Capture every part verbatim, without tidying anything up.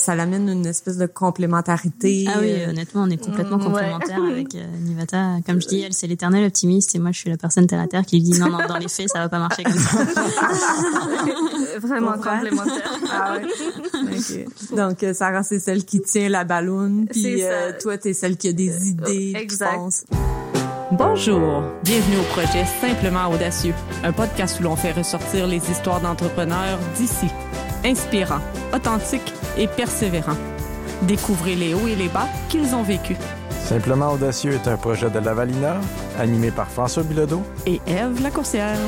ça l'amène une espèce de complémentarité. Ah oui, euh... honnêtement, on est complètement complémentaires ouais. avec euh, Nivata. Comme je dis, elle, c'est l'éternelle optimiste et moi, je suis la personne terre à terre qui dit non, non, dans les faits, ça va pas marcher comme ça. Vraiment complémentaire. Ah ouais. Okay. Donc, Sarah, c'est celle qui tient la balloune, puis euh, toi, t'es celle qui a des idées, exact. qui pense. Bonjour, bienvenue au projet Simplement Audacieux, un podcast où l'on fait ressortir les histoires d'entrepreneurs d'ici. Inspirants, authentiques et persévérants. Découvrez les hauts et les bas qu'ils ont vécus. Simplement Audacieux est un projet de Lavalina, animé par François Bilodeau et Ève Lacourcière.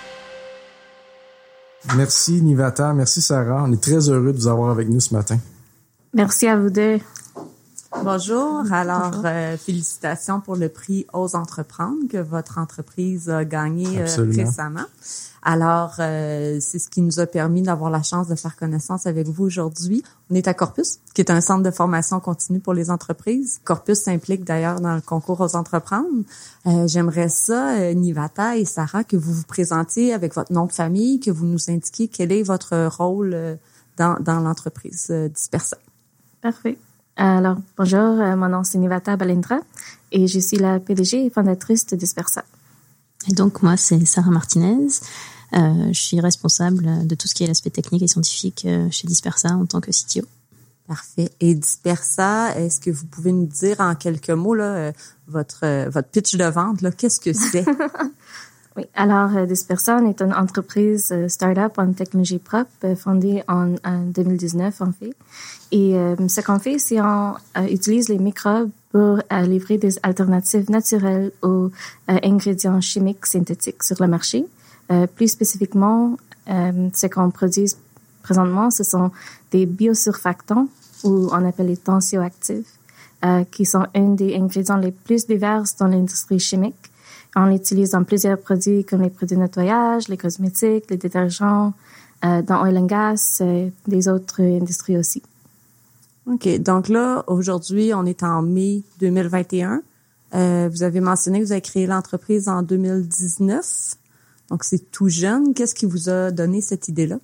Merci Nivata, merci Sarah. On est très heureux de vous avoir avec nous ce matin. Merci à vous deux. Bonjour. Alors, euh, félicitations pour le prix Ose entreprendre que votre entreprise a gagné euh, récemment. Alors, euh, c'est ce qui nous a permis d'avoir la chance de faire connaissance avec vous aujourd'hui. On est à Corpus, qui est un centre de formation continue pour les entreprises. Corpus s'implique d'ailleurs dans le concours Ose entreprendre. Euh, j'aimerais ça, euh, Nivata et Sarah, que vous vous présentiez avec votre nom de famille, que vous nous indiquiez quel est votre rôle euh, dans, dans l'entreprise euh, Dispersa. Parfait. Alors, bonjour, euh, mon nom c'est Nivata Balindra et je suis la P D G et fondatrice de Dispersa. Et donc, moi, c'est Sarah Martinez. Euh, je suis responsable de tout ce qui est l'aspect technique et scientifique euh, chez Dispersa en tant que C T O. Parfait. Et Dispersa, est-ce que vous pouvez nous dire en quelques mots là, euh, votre euh, votre pitch de vente là, qu'est-ce que c'est? Oui, alors euh, Dispersa est une entreprise euh, start-up en technologie propre euh, fondée en, en deux mille dix-neuf en fait. Et euh, ce qu'on fait, c'est on euh, utilise les microbes pour euh, livrer des alternatives naturelles aux euh, ingrédients chimiques synthétiques sur le marché. Euh, plus spécifiquement, euh, ce qu'on produit présentement, ce sont des biosurfactants ou on appelle les tensioactifs, euh, qui sont un des ingrédients les plus divers dans l'industrie chimique. On l'utilise dans plusieurs produits comme les produits de nettoyage, les cosmétiques, les détergents, euh, dans oil and gas, euh, des autres industries aussi. OK. Donc là, aujourd'hui, on est en mai deux mille vingt et un. Euh, vous avez mentionné que vous avez créé l'entreprise en deux mille dix-neuf. Donc, c'est tout jeune. Qu'est-ce qui vous a donné cette idée-là?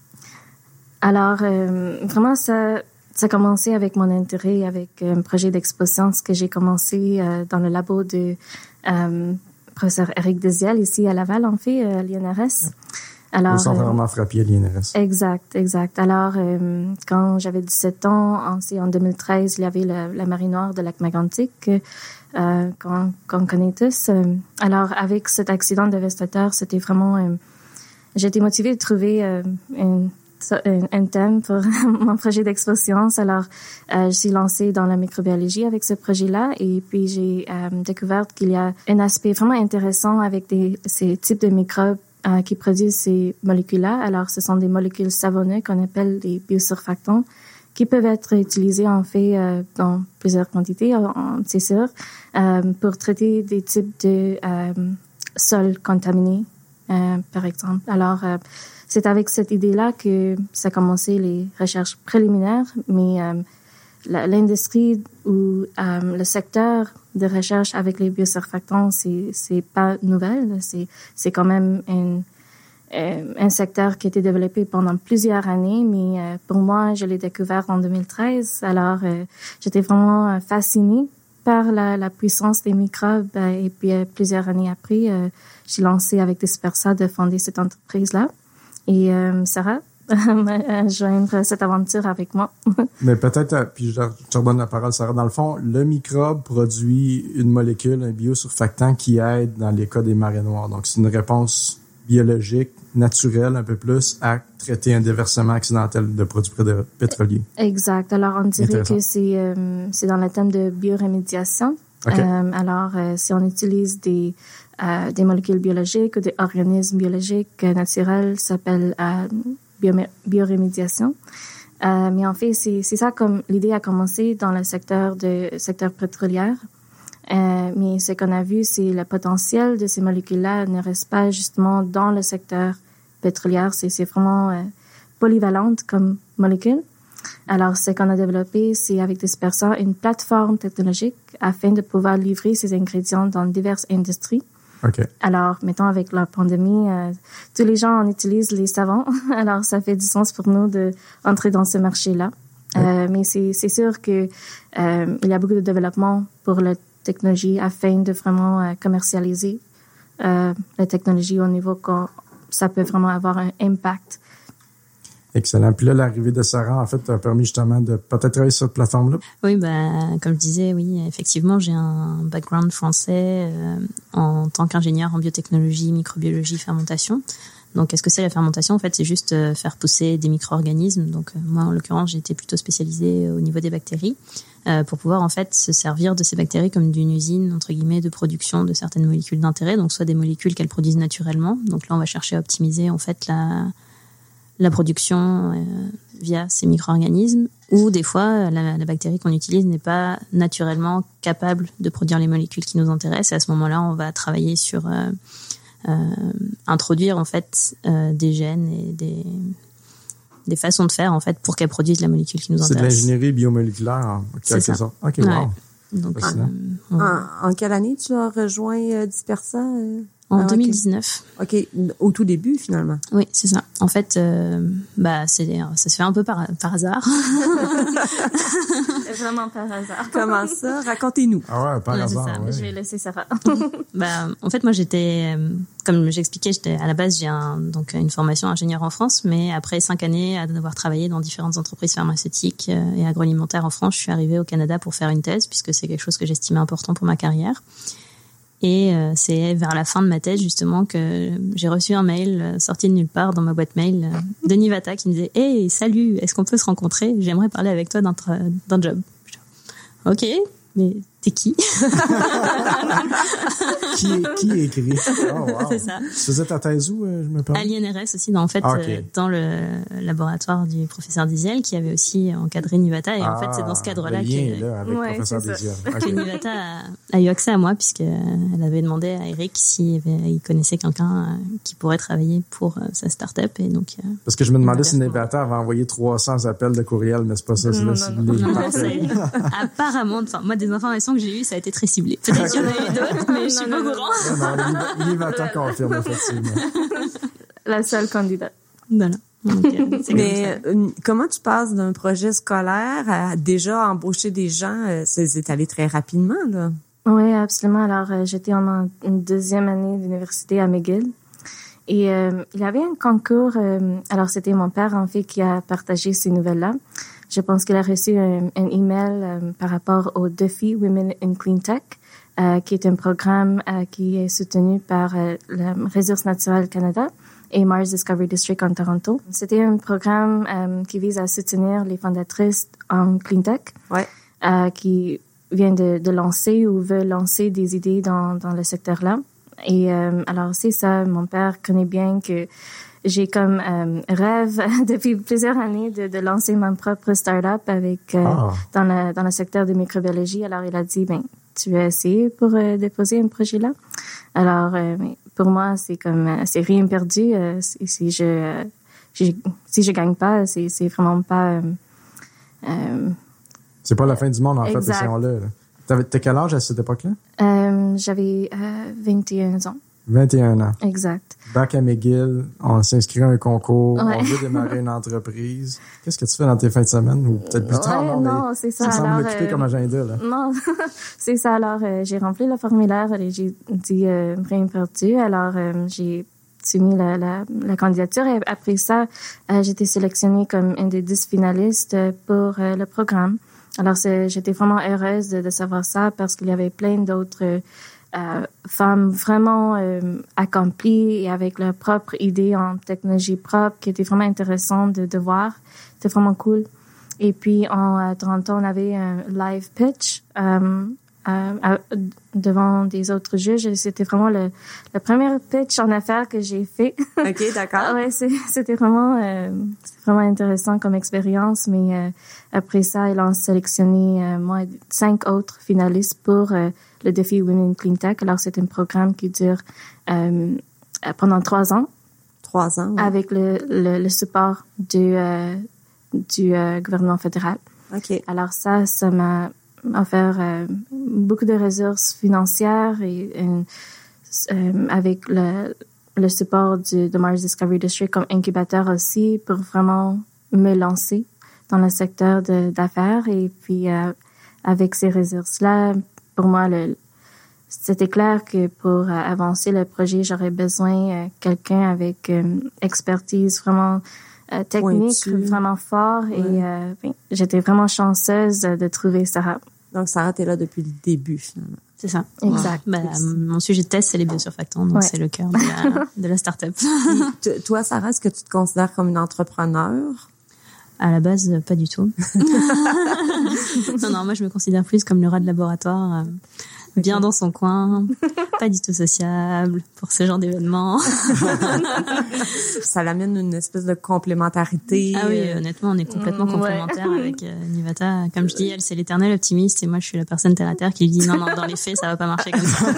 Alors, euh, vraiment, ça, ça a commencé avec mon intérêt avec un projet d'exposition que j'ai commencé euh, dans le labo de euh, professeur Éric Desiel, ici à Laval, en fait, à l'I N R S. Alors, le centre Armand Frappier à l'I N R S. Exact, exact. Alors, euh, quand j'avais dix-sept ans, en, en deux mille treize, il y avait la, la marée noire de Lac-Mégantic, euh, qu'on, qu'on connaît tous. Alors, avec cet accident dévastateur, c'était vraiment... Euh, j'étais motivée de trouver euh, une, un, un thème pour mon projet d'exposition. Alors, euh, je suis lancée dans la microbiologie avec ce projet-là et puis j'ai euh, découvert qu'il y a un aspect vraiment intéressant avec des, ces types de microbes Euh, qui produisent ces molécules-là. Alors, ce sont des molécules savonneuses qu'on appelle des biosurfactants qui peuvent être utilisés en fait euh, dans plusieurs quantités, en, c'est sûr, euh, pour traiter des types de euh, sols contaminés, euh, par exemple. Alors, euh, c'est avec cette idée-là que ça a commencé les recherches préliminaires, mais euh, l'industrie ou euh, le secteur de recherche avec les biosurfactants, c'est c'est pas nouvelle, c'est c'est quand même un euh, un secteur qui a été développé pendant plusieurs années, mais euh, pour moi, je l'ai découvert en deux mille treize. Alors, euh, j'étais vraiment fascinée par la, la puissance des microbes euh, et puis euh, plusieurs années après, euh, j'ai lancé avec Dispersa de fonder cette entreprise-là. Et euh, Sarah à joindre cette aventure avec moi. Mais peut-être, puis je te redonne la parole, Sarah. Dans le fond, le microbe produit une molécule, un biosurfactant qui aide dans les cas des marées noires. Donc, c'est une réponse biologique, naturelle un peu plus, à traiter un déversement accidentel de produits pétroliers. Exact. Alors, on dirait que c'est euh, c'est dans le thème de biorémédiation. Okay. Euh, alors, euh, si on utilise des euh, des molécules biologiques ou des organismes biologiques euh, naturels, ça s'appelle euh, biorémédiation. Euh, mais en fait, c'est, c'est ça comme l'idée a commencé dans le secteur de secteur pétrolier. Euh, mais ce qu'on a vu, c'est le potentiel de ces molécules-là ne reste pas justement dans le secteur pétrolier. C'est, c'est vraiment euh, polyvalente comme molécule. Alors, ce qu'on a développé, c'est avec Dispersa une plateforme technologique afin de pouvoir livrer ces ingrédients dans diverses industries. Okay. Alors, mettons, avec la pandémie, euh, tous les gens en utilisent les savons. Alors, ça fait du sens pour nous de entrer dans ce marché-là. Oui. Euh, mais c'est, c'est sûr que euh, il y a beaucoup de développement pour la technologie afin de vraiment euh, commercialiser euh, la technologie au niveau que ça peut vraiment avoir un impact. Excellent. Puis là, l'arrivée de Sarah, en fait, t'a permis justement de peut-être travailler sur cette plateforme-là? Oui, bah, comme je disais, oui, effectivement, j'ai un background français euh, en tant qu'ingénieur en biotechnologie, microbiologie, fermentation. Donc, qu'est-ce que c'est la fermentation? En fait, c'est juste euh, faire pousser des micro-organismes. Donc, euh, moi, en l'occurrence, j'ai été plutôt spécialisée au niveau des bactéries euh, pour pouvoir, en fait, se servir de ces bactéries comme d'une usine, entre guillemets, de production de certaines molécules d'intérêt. Donc, soit des molécules qu'elles produisent naturellement. Donc là, on va chercher à optimiser, en fait, la, la production euh, via ces micro-organismes. Ou des fois, la, la bactérie qu'on utilise n'est pas naturellement capable de produire les molécules qui nous intéressent. Et à ce moment-là, on va travailler sur... Euh, Euh, introduire en fait euh, des gènes et des des façons de faire en fait pour qu'elles produisent la molécule qui nous c'est intéresse. C'est de l'ingénierie biomoléculaire en quelque c'est sorte. Ça. OK, wow. Ouais. Donc, euh, on... en, en quelle année tu as rejoint euh, Dispersa? Euh? En ah, deux mille dix-neuf. OK. OK, au tout début, finalement. Oui, c'est ça. En fait, euh, bah, c'est, ça se fait un peu par, par hasard. Vraiment par hasard. Comment ça? Racontez-nous. Ah ouais, par ouais, hasard, c'est ça. ouais. Je vais laisser Sarah. bah, en fait, moi, j'étais, comme j'expliquais, j'étais, à la base, j'ai un, donc, une formation ingénieur en France, mais après cinq années à devoir travailler dans différentes entreprises pharmaceutiques et agroalimentaires en France, je suis arrivée au Canada pour faire une thèse, puisque c'est quelque chose que j'estimais important pour ma carrière. Et euh, c'est vers la fin de ma thèse, justement, que j'ai reçu un mail euh, sorti de nulle part dans ma boîte mail euh, de Nivata qui me disait « Hey, salut, est-ce qu'on peut se rencontrer? J'aimerais parler avec toi d'un, tra- d'un job. » Ok, mais t'es qui? qui, est, qui écrit? Oh, wow. C'est ça. Tu faisais ta thèse où, euh, je me permets? À l'I N R S aussi, dans, en fait, ah, okay. euh, dans le laboratoire du professeur Diziel, qui avait aussi encadré Nivata. Et ah, en fait, c'est dans ce cadre-là le lien, que, là, avec ouais, professeur Diziel. Okay. que Nivata a, a eu accès à moi, puisqu'elle avait demandé à Eric s'il il connaissait quelqu'un qui pourrait travailler pour euh, sa start-up. Et donc, euh, parce que je me demandais si Nivata avait envoyé trois cents appels de courriel, mais c'est pas ça. C'est non, là, non, non, non, non, c'est apparemment, enfin, moi, des informations que j'ai eues, ça a été très ciblé. Peut-être qu'il y en a eu d'autres, mais je suis pas au courant. Non, Nivata confirme, effectivement. La seule candidate. Voilà. Donc, euh, c'est mais euh, comment tu passes d'un projet scolaire à déjà embaucher des gens? Euh, c'est, c'est allé très rapidement, là. Oui, absolument. Alors, euh, j'étais en une deuxième année d'université à McGill. Et euh, il y avait un concours. Euh, alors, c'était mon père, en fait, qui a partagé ces nouvelles-là. Je pense qu'il a reçu un, un email euh, par rapport au défi Women in Clean Tech, euh, qui est un programme euh, qui est soutenu par euh, la Ressources naturelles Canada et Mars Discovery District en Toronto. C'était un programme euh, qui vise à soutenir les fondatrices en Clean Tech, ouais. euh, qui vient de, de lancer ou veut lancer des idées dans, dans le secteur-là. Et euh, alors, c'est ça, mon père connaît bien que j'ai comme euh, rêve depuis plusieurs années de, de lancer mon propre start-up avec euh, ah. dans le dans le secteur de microbiologie. Alors il a dit ben tu veux essayer pour euh, déposer un projet là. Alors euh, pour moi c'est comme euh, c'est rien perdu. Euh, si, si je euh, si, si je gagne pas c'est c'est vraiment pas. Euh, euh, c'est pas la fin du monde en exact. fait ces là. T'avais t'as quel âge à cette époque-là? Euh, j'avais euh, vingt et un ans. vingt et un ans. Exact. Bac à McGill, on s'inscrit à un concours, ouais. on veut démarrer une entreprise. Qu'est-ce que tu fais dans tes fins de semaine? Ou peut-être plus tard, ouais, non, non, mais c'est ça. Ça semble alors, occupé euh, comme agenda, là. Non, c'est ça. Alors, euh, j'ai rempli le formulaire et j'ai dit euh, rien perdu. Alors, euh, j'ai soumis la, la, la candidature et après ça, euh, j'ai été sélectionnée comme une des dix finalistes pour euh, le programme. Alors, c'est, j'étais vraiment heureuse de, de savoir ça parce qu'il y avait plein d'autres euh, Euh, femmes vraiment euh, accomplies et avec leurs propres idées en technologie propre qui étaient vraiment intéressantes de, de voir. C'était vraiment cool. Et puis, en euh, Toronto, on avait un live pitch euh, euh, euh, devant des autres juges. Et c'était vraiment le, le premier pitch en affaires que j'ai fait. OK, d'accord. ouais, c'est, c'était vraiment, euh, c'était vraiment intéressant comme expérience. Mais euh, après ça, ils ont sélectionné euh, moi cinq autres finalistes pour euh, le défi Women in Clean Tech. Alors, c'est un programme qui dure euh, pendant trois ans. Trois ans, oui. Avec le, le, le support du, euh, du euh, gouvernement fédéral. OK. Alors, ça, ça m'a offert euh, beaucoup de ressources financières et euh, avec le, le support du, de Mars Discovery District comme incubateur aussi pour vraiment me lancer dans le secteur de, d'affaires. Et puis, euh, avec ces ressources-là, pour moi, le, c'était clair que pour euh, avancer le projet, j'aurais besoin de euh, quelqu'un avec euh, expertise vraiment euh, technique, Pointu. Vraiment fort. Ouais. Et euh, ben, j'étais vraiment chanceuse de trouver Sarah. Donc, Sarah, t'es là depuis le début, finalement. C'est ça. Exact. Ouais. Bah, mon sujet de thèse, c'est les biosurfactants, donc ouais. c'est le cœur de la, de la start-up. Puis, toi, Sarah, est-ce que tu te considères comme une entrepreneur? À la base, pas du tout. non, non, moi, je me considère plus comme le rat de laboratoire, euh, bien okay. dans son coin, pas du tout sociable pour ce genre d'événements. Ça l'amène une espèce de complémentarité. Ah oui, honnêtement, on est complètement mmh, complémentaires ouais. avec euh, Nivata. Comme je dis, elle, c'est l'éternelle optimiste et moi, je suis la personne terre à terre qui lui dit non, non, dans les faits, ça va pas marcher comme ça.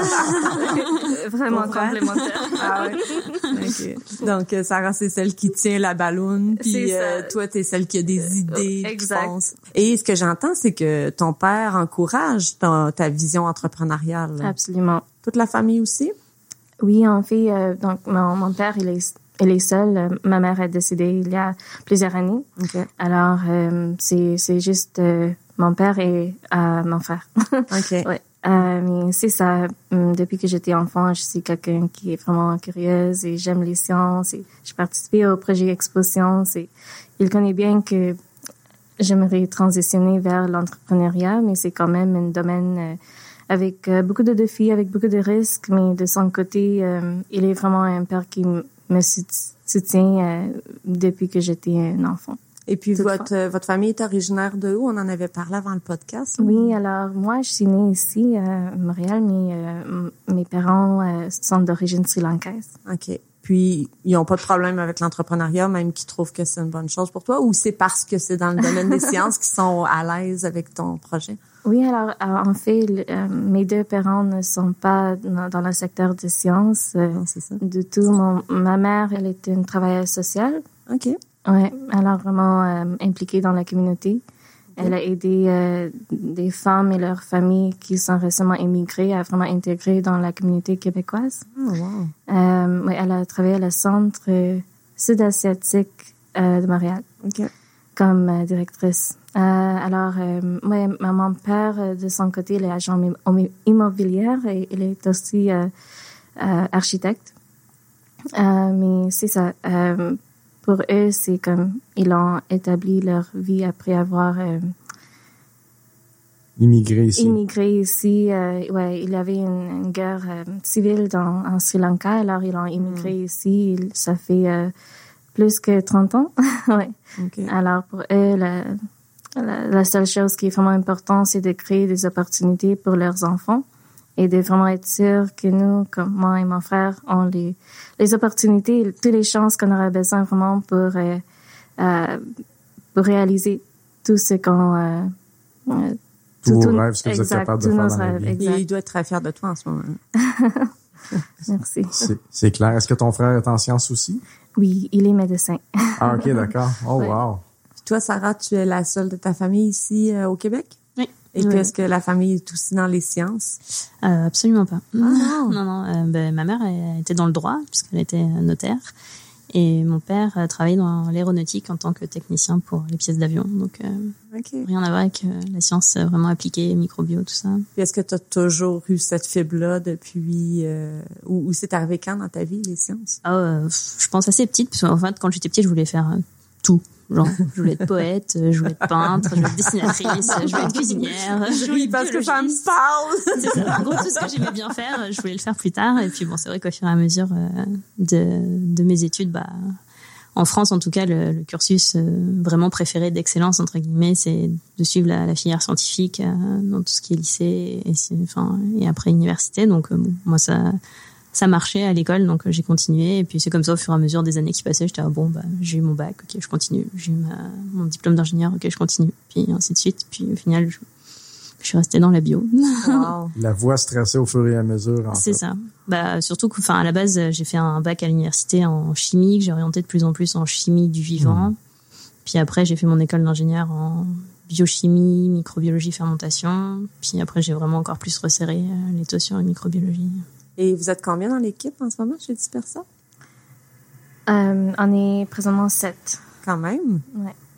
Vraiment complémentaire. Ah ouais. Okay. Donc, Sarah, c'est celle qui tient la balloune, puis euh, toi, t'es celle qui a des idées. Exact. Et ce que j'entends, c'est que ton père encourage ta, ta vision entrepreneuriale. Absolument. Toute la famille aussi? Oui, en fait, euh, donc mon, mon père, il est, il est seul. Euh, ma mère a décédé il y a plusieurs années. Okay. Alors, euh, c'est, c'est juste euh, mon père et euh, mon frère. OK. Ouais. Euh, mais c'est ça. Depuis que j'étais enfant, je suis quelqu'un qui est vraiment curieuse et j'aime les sciences. Et j'ai participé au projet Expo Sciences et il connaît bien que j'aimerais transitionner vers l'entrepreneuriat, mais c'est quand même un domaine euh, avec euh, beaucoup de défis, avec beaucoup de risques. Mais de son côté, euh, il est vraiment un père qui m- me soutient euh, depuis que j'étais un enfant. Et puis, votre, euh, votre famille est originaire de où? On en avait parlé avant le podcast. Oui, alors, moi, je suis née ici, à Montréal, mais euh, mes parents euh, sont d'origine sri-lankaise. OK. Puis, ils n'ont pas de problème avec l'entrepreneuriat, même qu'ils trouvent que c'est une bonne chose pour toi, ou c'est parce que c'est dans le domaine des sciences qu'ils sont à l'aise avec ton projet? Oui, alors, en fait, le, euh, mes deux parents ne sont pas dans, dans le secteur des sciences. Euh, non, c'est ça. Du tout. Mon, ma mère, elle était une travailleuse sociale. OK. Ouais, alors vraiment euh, impliquée dans la communauté. Okay. Elle a aidé euh, des femmes et leurs familles qui sont récemment immigrées à vraiment intégrer dans la communauté québécoise. Oh, wow. Euh, ouais, elle a travaillé à le centre euh, sud-asiatique euh, de Montréal okay. comme euh, directrice. Euh, alors, euh, ouais, mon père, de son côté, il est agent immobilier et il est aussi euh, euh, architecte. Euh, mais c'est ça. Euh, Pour eux, c'est comme ils ont établi leur vie après avoir euh, immigré ici. Immigré ici, euh, ouais, il y avait une, une guerre euh, civile dans en Sri Lanka, alors ils ont immigré mm. ici. Ça fait euh, plus que trente ans, ouais. Okay. Alors pour eux, la, la, la seule chose qui est vraiment importante, c'est de créer des opportunités pour leurs enfants. Et de vraiment être sûr que nous, comme moi et mon frère, ont les, les opportunités, toutes les chances qu'on aura besoin vraiment pour, euh, euh, pour réaliser tout ce qu'on... Euh, euh, tous vos rêves, ce que exact, vous êtes capable de faire dans la vie. Et il doit être très fier de toi en ce moment. Merci. C'est, c'est clair. Est-ce que ton frère est en sciences aussi? Oui, il est médecin. Ah, OK, d'accord. Oh, ouais. Wow. Toi, Sarah, tu es la seule de ta famille ici euh, au Québec? Oui. Et oui. est-ce que la famille est aussi dans les sciences? Euh, absolument pas. Ah, non, non, non. Euh, ben, ma mère elle était dans le droit puisqu'elle était notaire, et mon père euh, travaillait dans l'aéronautique en tant que technicien pour les pièces d'avion. Donc euh, okay. rien à voir avec euh, la science vraiment appliquée, microbio, tout ça. Puis est-ce que tu as toujours eu cette fibre-là depuis euh, ou, ou c'est arrivé quand dans ta vie les sciences? Ah, euh, je pense assez petite, parce qu'en fait quand j'étais petite je voulais faire euh, tout. Genre, je voulais être poète, je voulais être peintre, je voulais être dessinatrice, je voulais être cuisinière. Je voulais oui, parce que ça me parle. C'est ça. En gros, tout ce que j'aimais bien faire, je voulais le faire plus tard. Et puis bon, c'est vrai qu'au fur et à mesure euh, de, de mes études, bah, en France, en tout cas, le, le cursus euh, vraiment préféré d'excellence, entre guillemets, c'est de suivre la, la filière scientifique euh, dans tout ce qui est lycée et, enfin, et après université. Donc, euh, bon, moi, ça... ça marchait à l'école, donc j'ai continué. Et puis c'est comme ça, au fur et à mesure des années qui passaient, j'étais ah, bon, bah j'ai eu mon bac, ok, je continue. J'ai eu ma, mon diplôme d'ingénieur, ok, je continue. Puis ainsi de suite. Puis au final, je, je suis restée dans la bio. Wow. La voie se traçait au fur et à mesure. En c'est fait. ça. Bah surtout que, enfin, à la base, j'ai fait un bac à l'université en chimie, que j'ai orienté de plus en plus en chimie du vivant. Mmh. Puis après, j'ai fait mon école d'ingénieur en biochimie, microbiologie, fermentation. Puis après, j'ai vraiment encore plus resserré les taux sur la microbiologie. Et vous êtes combien dans l'équipe en ce moment chez Dispersa? Euh, on est présentement sept. Quand même? Ouais.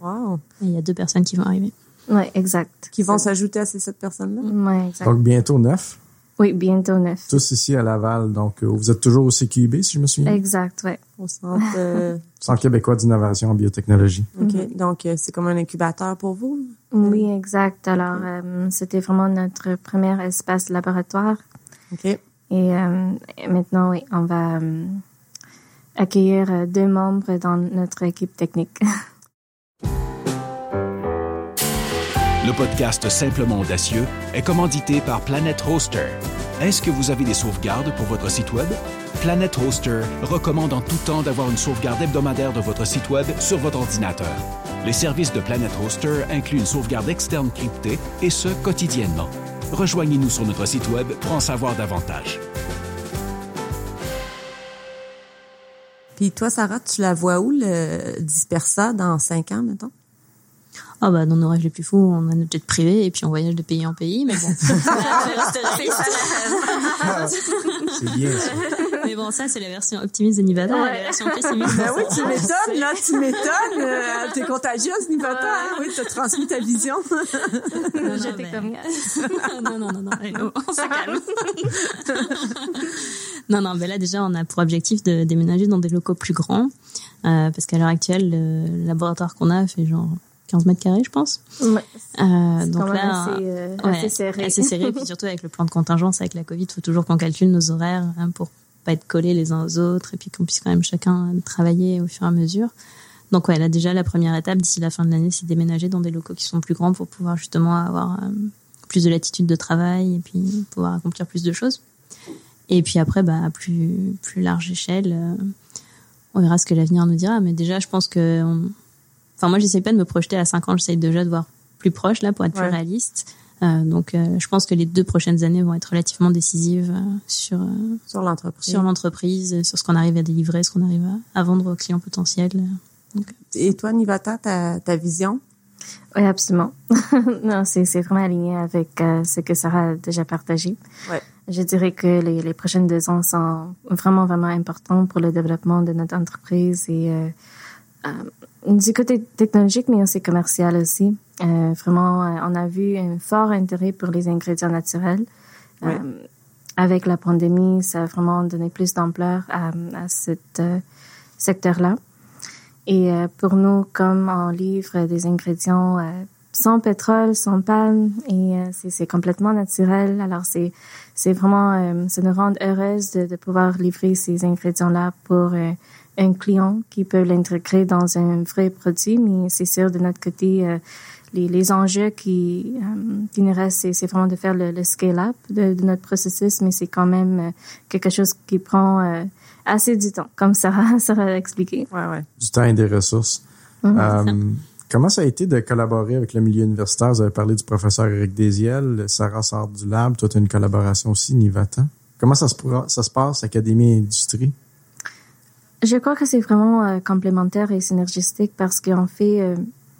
Wow. Et il y a deux personnes qui vont arriver. Oui, exact. Qui vont s'ajouter à ces sept personnes-là? Oui, exact. Donc, bientôt neuf? Oui, bientôt neuf. Tous ici à Laval. Donc, vous êtes toujours au C Q I B, si je me souviens? Exact, oui. Au Centre... Euh... Centre québécois d'innovation en biotechnologie. OK. Mm-hmm. Donc, euh, c'est comme un incubateur pour vous? Oui, exact. Alors, euh, c'était vraiment notre premier espace laboratoire. OK. Et, euh, et maintenant, oui, on va euh, accueillir euh, deux membres dans notre équipe technique. Le podcast Simplement Audacieux est commandité par Planet Hoster. Est-ce que vous avez des sauvegardes pour votre site Web? Planet Hoster recommande en tout temps d'avoir une sauvegarde hebdomadaire de votre site Web sur votre ordinateur. Les services de Planet Hoster incluent une sauvegarde externe cryptée, et ce, quotidiennement. Rejoignez-nous sur notre site Web pour en savoir davantage. Puis toi, Sarah, tu la vois où, le Dispersa, dans cinq ans, mettons? Ah bah dans nos rêves les plus fous, on a notre jet privé et puis on voyage de pays en pays, mais bon. C'est bien ça. Mais bon, ça c'est la version optimiste de Nivata, ouais. La version pessimiste. Ben oui, tu m'étonnes, là, tu m'étonnes. Euh, t'es contagieuse, Nivata. Hein? Oui, t'as transmis ta vision. Non, non, J'étais ben... comme... non, non, non, non, allez, on se calme. Non, non, ben là déjà on a pour objectif de déménager dans des locaux plus grands, euh, parce qu'à l'heure actuelle, le laboratoire qu'on a fait genre quinze mètres carrés, je pense. Ouais. Euh, donc là, assez, euh, ouais, assez serré. Assez serré, puis surtout avec le plan de contingence, avec la Covid, il faut toujours qu'on calcule nos horaires hein, pour pas être collés les uns aux autres et puis qu'on puisse quand même chacun travailler au fur et à mesure. Donc ouais, là déjà, la première étape d'ici la fin de l'année, c'est déménager dans des locaux qui sont plus grands pour pouvoir justement avoir euh, plus de latitude de travail et puis pouvoir accomplir plus de choses. Et puis après, bah, à plus, plus large échelle, euh, on verra ce que l'avenir nous dira. Mais déjà, je pense que... On... Enfin, moi, j'essaye pas de me projeter à cinq ans, j'essaye déjà de voir plus proche, là, pour être ouais. plus réaliste. Euh, donc, euh, je pense que les deux prochaines années vont être relativement décisives euh, sur, euh, sur l'entreprise. Sur l'entreprise, sur ce qu'on arrive à délivrer, ce qu'on arrive à, à vendre aux clients potentiels. Donc, et toi, Nivata, ta, ta vision? Oui, absolument. Non, c'est, c'est vraiment aligné avec euh, ce que Sarah a déjà partagé. Ouais. Je dirais que les, les prochaines deux ans sont vraiment, vraiment importants pour le développement de notre entreprise et euh, euh, du côté technologique, mais aussi commercial aussi. Euh, vraiment, euh, on a vu un fort intérêt pour les ingrédients naturels. Ouais. Euh, avec la pandémie, ça a vraiment donné plus d'ampleur à, à ce euh, secteur-là. Et euh, pour nous, comme on livre des ingrédients euh, sans pétrole, sans palme, et euh, c'est, c'est complètement naturel. Alors c'est c'est vraiment euh, ça nous rend heureuses de, de pouvoir livrer ces ingrédients-là pour euh, un client qui peut l'intégrer dans un vrai produit. Mais c'est sûr de notre côté, euh, les les enjeux qui euh, qui nous restent, c'est, c'est vraiment de faire le, le scale-up de, de notre processus, mais c'est quand même euh, quelque chose qui prend euh, assez du temps, comme Sarah, Sarah l'a expliqué. Ouais, ouais. Du temps et des ressources. Mm-hmm. Euh, comment ça a été de collaborer avec le milieu universitaire? Vous avez parlé du professeur Éric Désiel, Sarah sort du lab, toi tu as une collaboration aussi, Nivata. Comment ça se, ça se passe, académie et industrie? Je crois que c'est vraiment euh, complémentaire et synergistique parce qu'en fait, euh,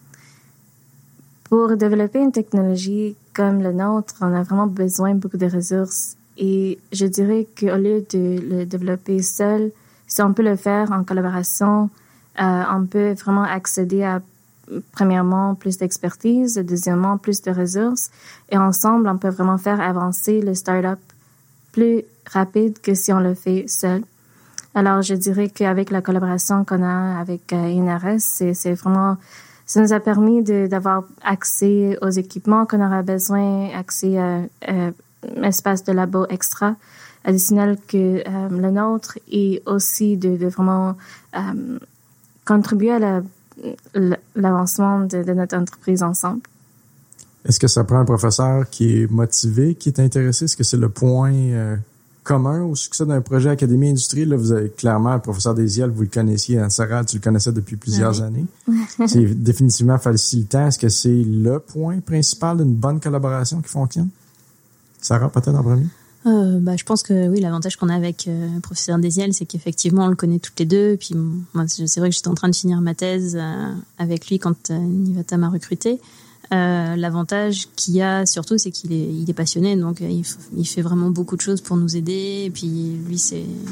pour développer une technologie comme la nôtre, on a vraiment besoin de beaucoup de ressources. Et je dirais qu'au lieu de le développer seul, si on peut le faire en collaboration, euh, on peut vraiment accéder à, premièrement, plus d'expertise, deuxièmement, plus de ressources. Et ensemble, on peut vraiment faire avancer le start-up plus rapide que si on le fait seul. Alors, je dirais qu'avec la collaboration qu'on a avec euh, I N R S, c'est, c'est vraiment... Ça nous a permis de, d'avoir accès aux équipements qu'on aura besoin, accès à... Euh, espace de labo extra additionnel que euh, le nôtre et aussi de, de vraiment euh, contribuer à la, l'avancement de, de notre entreprise ensemble. Est-ce que ça prend un professeur qui est motivé, qui est intéressé? Est-ce que c'est le point euh, commun au succès d'un projet Académie Industrie? Là, vous avez clairement le professeur Désiel, vous le connaissiez, hein, Sarah, tu le connaissais depuis plusieurs oui. années. C'est définitivement facilitant. Est-ce que c'est le point principal d'une bonne collaboration qui fonctionne? Sarah, peut-être en premier? Euh, bah, je pense que oui, l'avantage qu'on a avec euh, le professeur Désiel, c'est qu'effectivement, on le connaît toutes les deux. Et puis, moi, c'est vrai que j'étais en train de finir ma thèse euh, avec lui quand euh, Nivata m'a recruté. Euh, l'avantage qu'il y a surtout, c'est qu'il est, il est passionné. Donc, euh, il, f- il fait vraiment beaucoup de choses pour nous aider. Et puis, lui, c'est, enfin,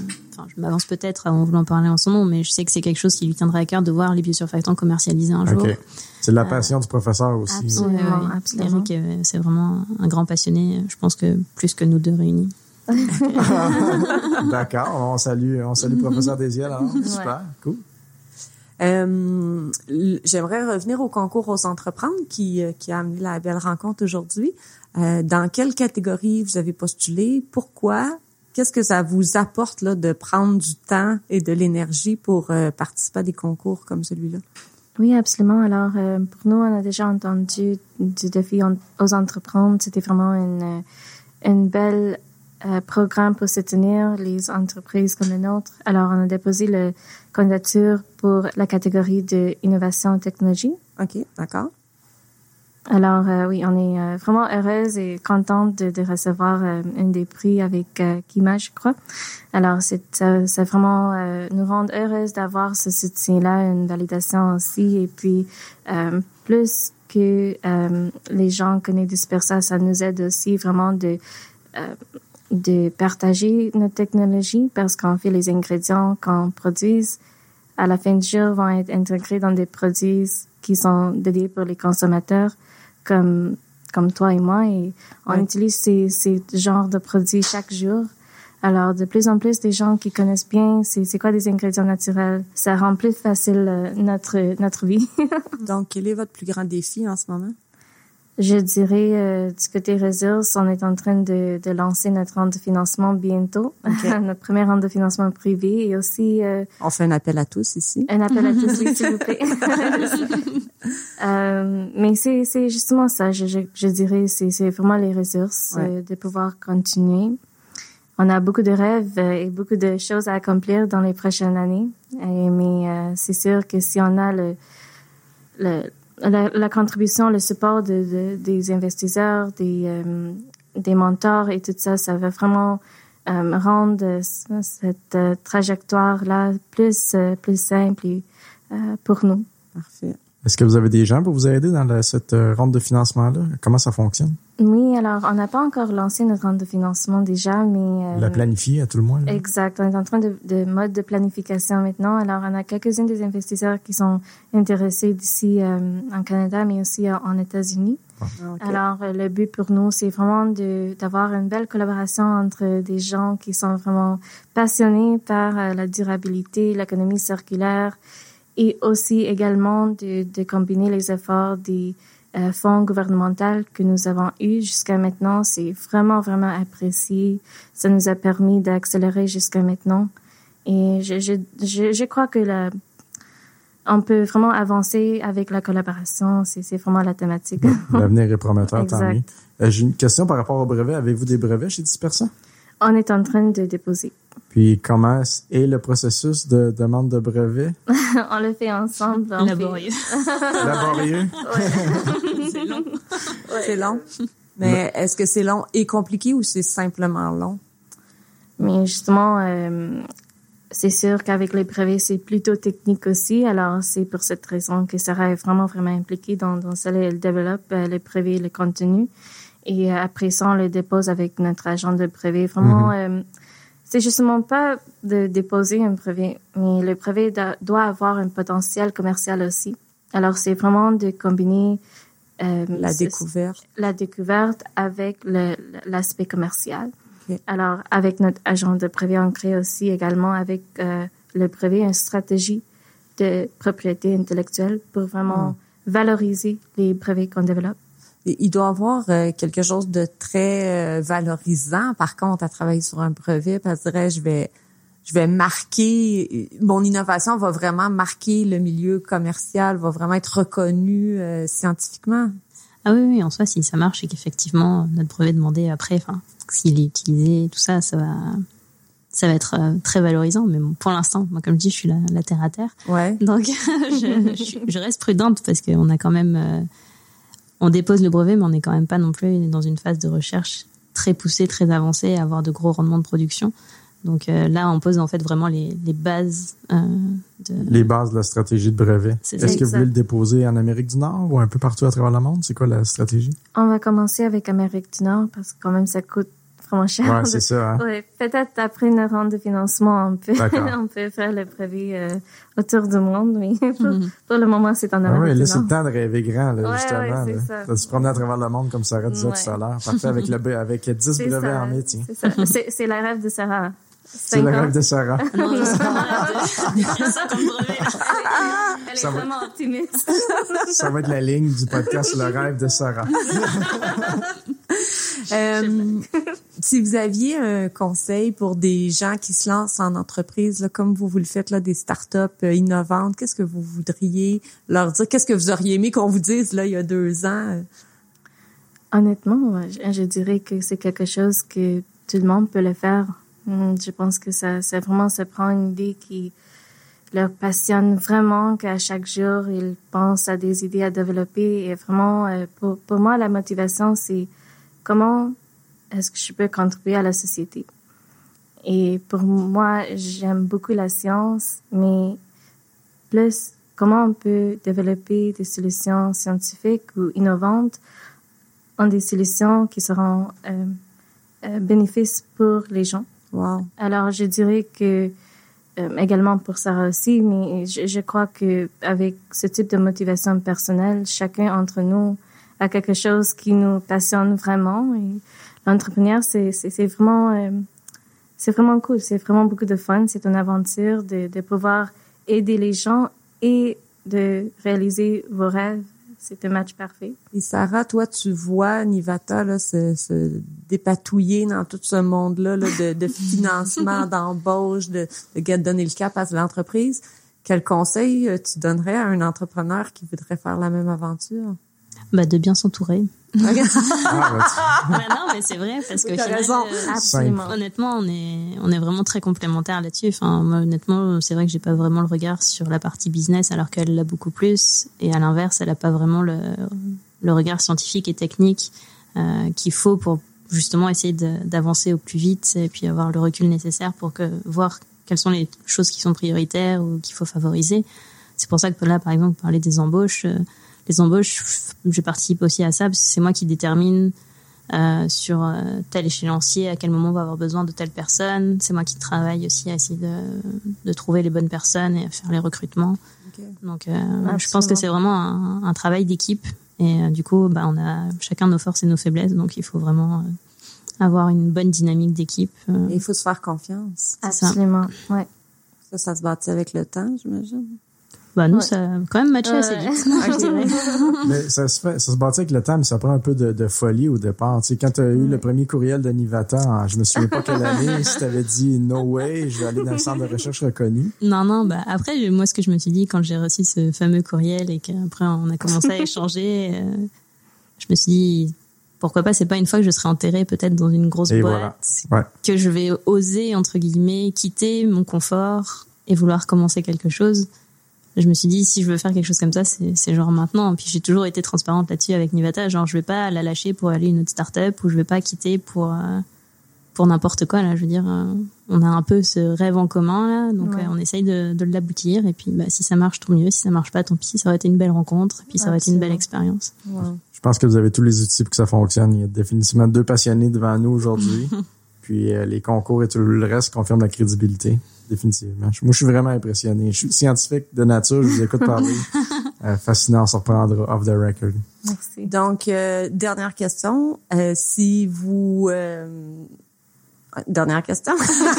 enfin, je m'avance peut-être en voulant parler en son nom, mais je sais que c'est quelque chose qui lui tiendrait à cœur de voir les biosurfactants commercialisés un jour. Okay. C'est la passion euh, du professeur aussi. Absolument, ouais, ouais. absolument. Eric, c'est vraiment un grand passionné, je pense que plus que nous deux réunis. D'accord, on salue, on salue le professeur Désiel, alors. Ouais. Super, cool. Euh, j'aimerais revenir au concours Ose entreprendre qui, qui a amené la belle rencontre aujourd'hui. Euh, dans quelle catégorie vous avez postulé? Pourquoi? Qu'est-ce que ça vous apporte là de prendre du temps et de l'énergie pour euh, participer à des concours comme celui-là? Oui, absolument. Alors, euh, pour nous, on a déjà entendu du défi Ose entreprendre. C'était vraiment une, une belle Euh, programme pour soutenir les entreprises comme la nôtre. Alors, on a déposé la candidature pour la catégorie de innovation et technologie. OK, d'accord. Alors, euh, oui, on est euh, vraiment heureuse et contente de, de recevoir euh, un des prix avec euh, Kima, je crois. Alors, c'est ça, ça vraiment euh, nous rend heureuses d'avoir ce soutien-là, une validation aussi. Et puis, euh, plus que euh, les gens connaissent Dispersa, ça nous aide aussi vraiment de euh, de partager notre technologie parce qu'en fait, les ingrédients qu'on produit, à la fin du jour, vont être intégrés dans des produits qui sont dédiés pour les consommateurs comme, comme toi et moi. Et on ouais. utilise ces, ces genres de produits chaque jour. Alors, de plus en plus, des gens qui connaissent bien c'est, c'est quoi des ingrédients naturels, ça rend plus facile euh, notre, notre vie. Donc, quel est votre plus grand défi en ce moment? Je dirais, euh, du côté ressources, on est en train de, de lancer notre ronde de financement bientôt. Okay. Notre première ronde de financement privé et aussi... Euh, on fait un appel à tous ici. Un appel à tous, oui, s'il vous plaît. euh, mais c'est, c'est justement ça, je, je, je dirais, c'est, c'est vraiment les ressources ouais. euh, de pouvoir continuer. On a beaucoup de rêves et beaucoup de choses à accomplir dans les prochaines années. Et, mais euh, c'est sûr que si on a le... le La, la contribution, le support de, de, des investisseurs, des, euh, des mentors et tout ça, ça va vraiment euh, rendre cette euh, trajectoire-là plus, euh, plus simple et, euh, pour nous. Parfait. Est-ce que vous avez des gens pour vous aider dans la, cette euh, ronde de financement-là? Comment ça fonctionne? Oui, alors, on n'a pas encore lancé notre ronde de financement déjà, mais... Euh, la planifier à tout le moins? Là. Exact. On est en train de, de mode de planification maintenant. Alors, on a quelques-uns des investisseurs qui sont intéressés d'ici euh, en Canada, mais aussi en, en États-Unis. Ah. Okay. Alors, le but pour nous, c'est vraiment de, d'avoir une belle collaboration entre des gens qui sont vraiment passionnés par euh, la durabilité, l'économie circulaire, et aussi également de, de combiner les efforts des euh, fonds gouvernementaux que nous avons eus jusqu'à maintenant. C'est vraiment, vraiment apprécié. Ça nous a permis d'accélérer jusqu'à maintenant. Et je, je, je, je crois que la, on peut vraiment avancer avec la collaboration. C'est, c'est vraiment la thématique. L'avenir est prometteur, tant mieux. Euh, j'ai une question par rapport au brevet. Avez-vous des brevets chez Dispersa? On est en train de déposer. Puis, comment est le processus de demande de brevet? On le fait ensemble. Laborieux. Fait... Laborieux? Ouais. C'est long. Ouais. C'est long. Mais est-ce que c'est long et compliqué ou c'est simplement long? Mais justement, euh, c'est sûr qu'avec les brevets, c'est plutôt technique aussi. Alors, c'est pour cette raison que Sarah est vraiment, vraiment impliquée dans, dans ça. Elle développe euh, les brevets, le contenu. Et après ça, on le dépose avec notre agent de brevet. Vraiment, mm-hmm. euh, c'est justement pas de déposer un brevet, mais le brevet da, doit avoir un potentiel commercial aussi. Alors, c'est vraiment de combiner euh, la découverte, la découverte avec le, l'aspect commercial. Okay. Alors, avec notre agent de brevet, on crée aussi également avec euh, le brevet une stratégie de propriété intellectuelle pour vraiment mm. valoriser les brevets qu'on développe. Il doit avoir euh, quelque chose de très euh, valorisant, par contre, à travailler sur un brevet, parce que je dirais, je vais, je vais marquer, mon innovation va vraiment marquer le milieu commercial, va vraiment être reconnue euh, scientifiquement. Ah oui, oui, en soi, si ça marche et qu'effectivement, notre brevet demandé après, enfin, s'il est utilisé, tout ça, ça va, ça va être euh, très valorisant. Mais bon, pour l'instant, moi, comme je dis, je suis la, la terre à terre. Ouais. Donc, je, je, je reste prudente parce qu'on a quand même, euh, on dépose le brevet, mais on n'est quand même pas non plus dans une phase de recherche très poussée, très avancée, à avoir de gros rendements de production. Donc euh, là, on pose en fait vraiment les, les bases euh, de... Les bases de la stratégie de brevet. C'est Est-ce ça, que vous voulez le déposer en Amérique du Nord ou un peu partout à travers le monde? C'est quoi la stratégie? On va commencer avec Amérique du Nord parce que quand même, ça coûte vraiment cher. Ouais, c'est ça. Hein? Ouais, peut-être après une ronde de financement, on peut, on peut faire le prévu euh, autour du monde, mais pour, mm-hmm. pour le moment, c'est en Amérique. Ah oui, là, c'est le temps de rêver grand, là, ouais, justement. Ouais, c'est là. ça. De se promener à travers le monde, comme Sarah disait ouais. tout à l'heure. Parfait, avec, le, avec dix c'est brevets ça, en mai, tiens. C'est ça. C'est, c'est le rêve de Sarah. C'est le rêve de Sarah. Non, je sais pas de ça comme brevet. Elle est ça vraiment va... optimiste. Ça va être la ligne du podcast Le rêve de Sarah. euh, si vous aviez un conseil pour des gens qui se lancent en entreprise, là, comme vous vous le faites, là, des startups euh, innovantes, qu'est-ce que vous voudriez leur dire? Qu'est-ce que vous auriez aimé qu'on vous dise là il y a deux ans? Honnêtement, je, je dirais que c'est quelque chose que tout le monde peut le faire. Je pense que ça, ça vraiment se prend une idée qui leur passionne vraiment, qu'à chaque jour, ils pensent à des idées à développer. Et vraiment, pour, pour moi, la motivation, c'est comment est-ce que je peux contribuer à la société. Et pour moi, j'aime beaucoup la science, mais plus comment on peut développer des solutions scientifiques ou innovantes en des solutions qui seront euh, euh, bénéfices pour les gens. Wow. Alors, je dirais que, euh, également pour Sarah aussi, mais je, je crois que avec ce type de motivation personnelle, chacun d'entre nous a quelque chose qui nous passionne vraiment. Et l'entrepreneur, c'est, c'est, c'est vraiment, euh, c'est vraiment cool. C'est vraiment beaucoup de fun. C'est une aventure de, de pouvoir aider les gens et de réaliser vos rêves. C'est un match parfait. Et Sarah, toi, tu vois Nivata là, se, se dépatouiller dans tout ce monde-là là, de, de financement, d'embauche, de, de donner le cap à l'entreprise. Quel conseil tu donnerais à un entrepreneur qui voudrait faire la même aventure? Bah, de bien s'entourer. Okay. ah, bah, non, mais c'est vrai, parce que oui, final, raison. Euh, Absolument. Honnêtement, on est, on est vraiment très complémentaires là-dessus. Enfin, moi, honnêtement, c'est vrai que j'ai pas vraiment le regard sur la partie business, alors qu'elle l'a beaucoup plus. Et à l'inverse, elle a pas vraiment le, le regard scientifique et technique, euh, qu'il faut pour justement essayer de, d'avancer au plus vite et puis avoir le recul nécessaire pour que, voir quelles sont les choses qui sont prioritaires ou qu'il faut favoriser. C'est pour ça que là, par exemple, parler des embauches, euh, les embauches, je participe aussi à ça parce que c'est moi qui détermine euh, sur euh, tel échéancier à quel moment on va avoir besoin de telle personne. C'est moi qui travaille aussi à essayer de, de trouver les bonnes personnes et à faire les recrutements. Okay. Donc, euh, je pense que c'est vraiment un, un travail d'équipe et euh, du coup, bah, on a chacun nos forces et nos faiblesses, donc il faut vraiment euh, avoir une bonne dynamique d'équipe. Euh. Et il faut se faire confiance. Absolument, ça. Ouais. Ça, ça se bâtit avec le temps, j'imagine. Bah, nous, ouais. ça a quand même matché ouais. assez vite. Mais ça se fait, ça se bâtit avec le temps, mais ça prend un peu de, de folie au départ. Tu sais, quand tu as eu ouais. le premier courriel de Nivata, je me souviens pas quelle année, si tu avais dit no way, je vais aller dans le centre de recherche reconnu. Non, non, bah, après, moi, ce que je me suis dit quand j'ai reçu ce fameux courriel et qu'après on a commencé à échanger, euh, je me suis dit, pourquoi pas, c'est pas une fois que je serai enterrée peut-être dans une grosse et boîte, voilà. ouais. que je vais oser, entre guillemets, quitter mon confort et vouloir commencer quelque chose. Je me suis dit, si je veux faire quelque chose comme ça, c'est, c'est genre maintenant. Puis j'ai toujours été transparente là-dessus avec Nivata. Genre, je vais pas la lâcher pour aller à une autre start-up ou je vais pas quitter pour, euh, pour n'importe quoi, là. Je veux dire, euh, on a un peu ce rêve en commun, là. Donc, ouais. euh, on essaye de, de l'aboutir. Et puis, bah, si ça marche, tant mieux. Si ça marche pas, tant pis. Ça aurait été une belle rencontre. Et puis, ça aurait été une belle expérience. Ouais. Je pense que vous avez tous les outils pour que ça fonctionne. Il y a définitivement deux passionnés devant nous aujourd'hui. Puis, euh, les concours et tout le reste confirment la crédibilité. Définitivement. Moi, je suis vraiment impressionné. Je suis scientifique de nature, je vous écoute parler. euh, fascinant, on se reprendra off the record. Merci. Donc, euh, dernière question. Euh, si vous... Euh... Dernière question.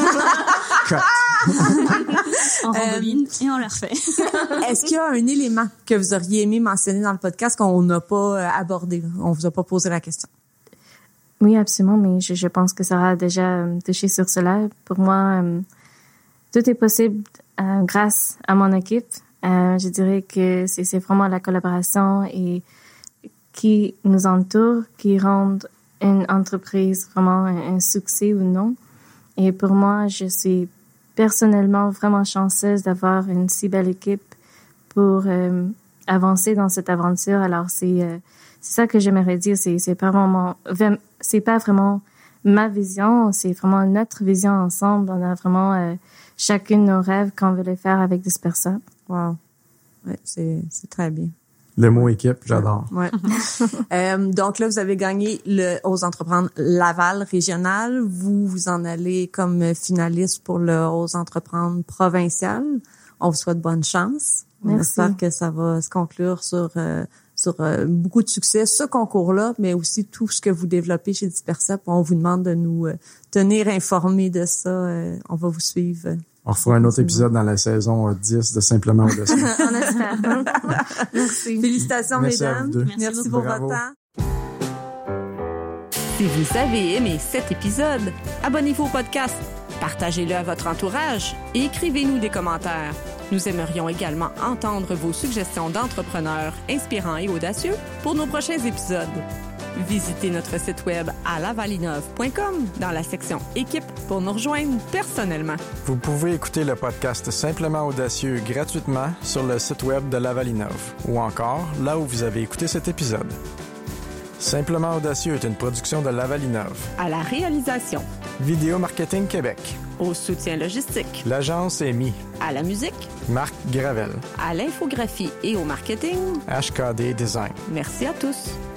On rembobine et on la refait. Est-ce qu'il y a un élément que vous auriez aimé mentionner dans le podcast qu'on n'a pas abordé? On vous a pas posé la question. Oui, absolument, mais je, je pense que Sarah a déjà touché sur cela. Pour moi... Euh, tout est possible euh, grâce à mon équipe. Euh, je dirais que c'est, c'est vraiment la collaboration et qui nous entoure qui rendent une entreprise vraiment un, un succès ou non. Et pour moi, je suis personnellement vraiment chanceuse d'avoir une si belle équipe pour euh, avancer dans cette aventure. Alors c'est euh, c'est ça que j'aimerais dire. C'est c'est pas vraiment c'est pas vraiment ma vision. C'est vraiment notre vision ensemble. On a vraiment euh, chacune nos rêves qu'on veut les faire avec des personnes. Wow. Ouais, c'est, c'est très bien. Le mot équipe, j'adore. Ouais. euh, donc là, vous avez gagné le Ose entreprendre Laval régional. Vous, vous en allez comme finaliste pour le Ose entreprendre provincial. On vous souhaite bonne chance. Merci. On espère que ça va se conclure sur euh, sur euh, beaucoup de succès, ce concours-là, mais aussi tout ce que vous développez chez Dispercept. On vous demande de nous euh, tenir informés de ça. Euh, on va vous suivre. Euh, On refera un autre épisode dans la saison dix de Simplement Audacieux. On espère. Merci. Félicitations, Merci mesdames. Merci, Merci pour Bravo. votre temps. Si vous avez aimé cet épisode, abonnez-vous au podcast, partagez-le à votre entourage et écrivez-nous des commentaires. Nous aimerions également entendre vos suggestions d'entrepreneurs inspirants et audacieux pour nos prochains épisodes. Visitez notre site web à lavalinov point com dans la section Équipe pour nous rejoindre personnellement. Vous pouvez écouter le podcast Simplement Audacieux gratuitement sur le site web de Lavalinov ou encore là où vous avez écouté cet épisode. Simplement Audacieux est une production de Lavalinov. À la réalisation, Vidéo Marketing Québec. au soutien logistique, L'agence est M I. à la musique, Marc Gravel. à l'infographie et au marketing, H K D Design. merci à tous.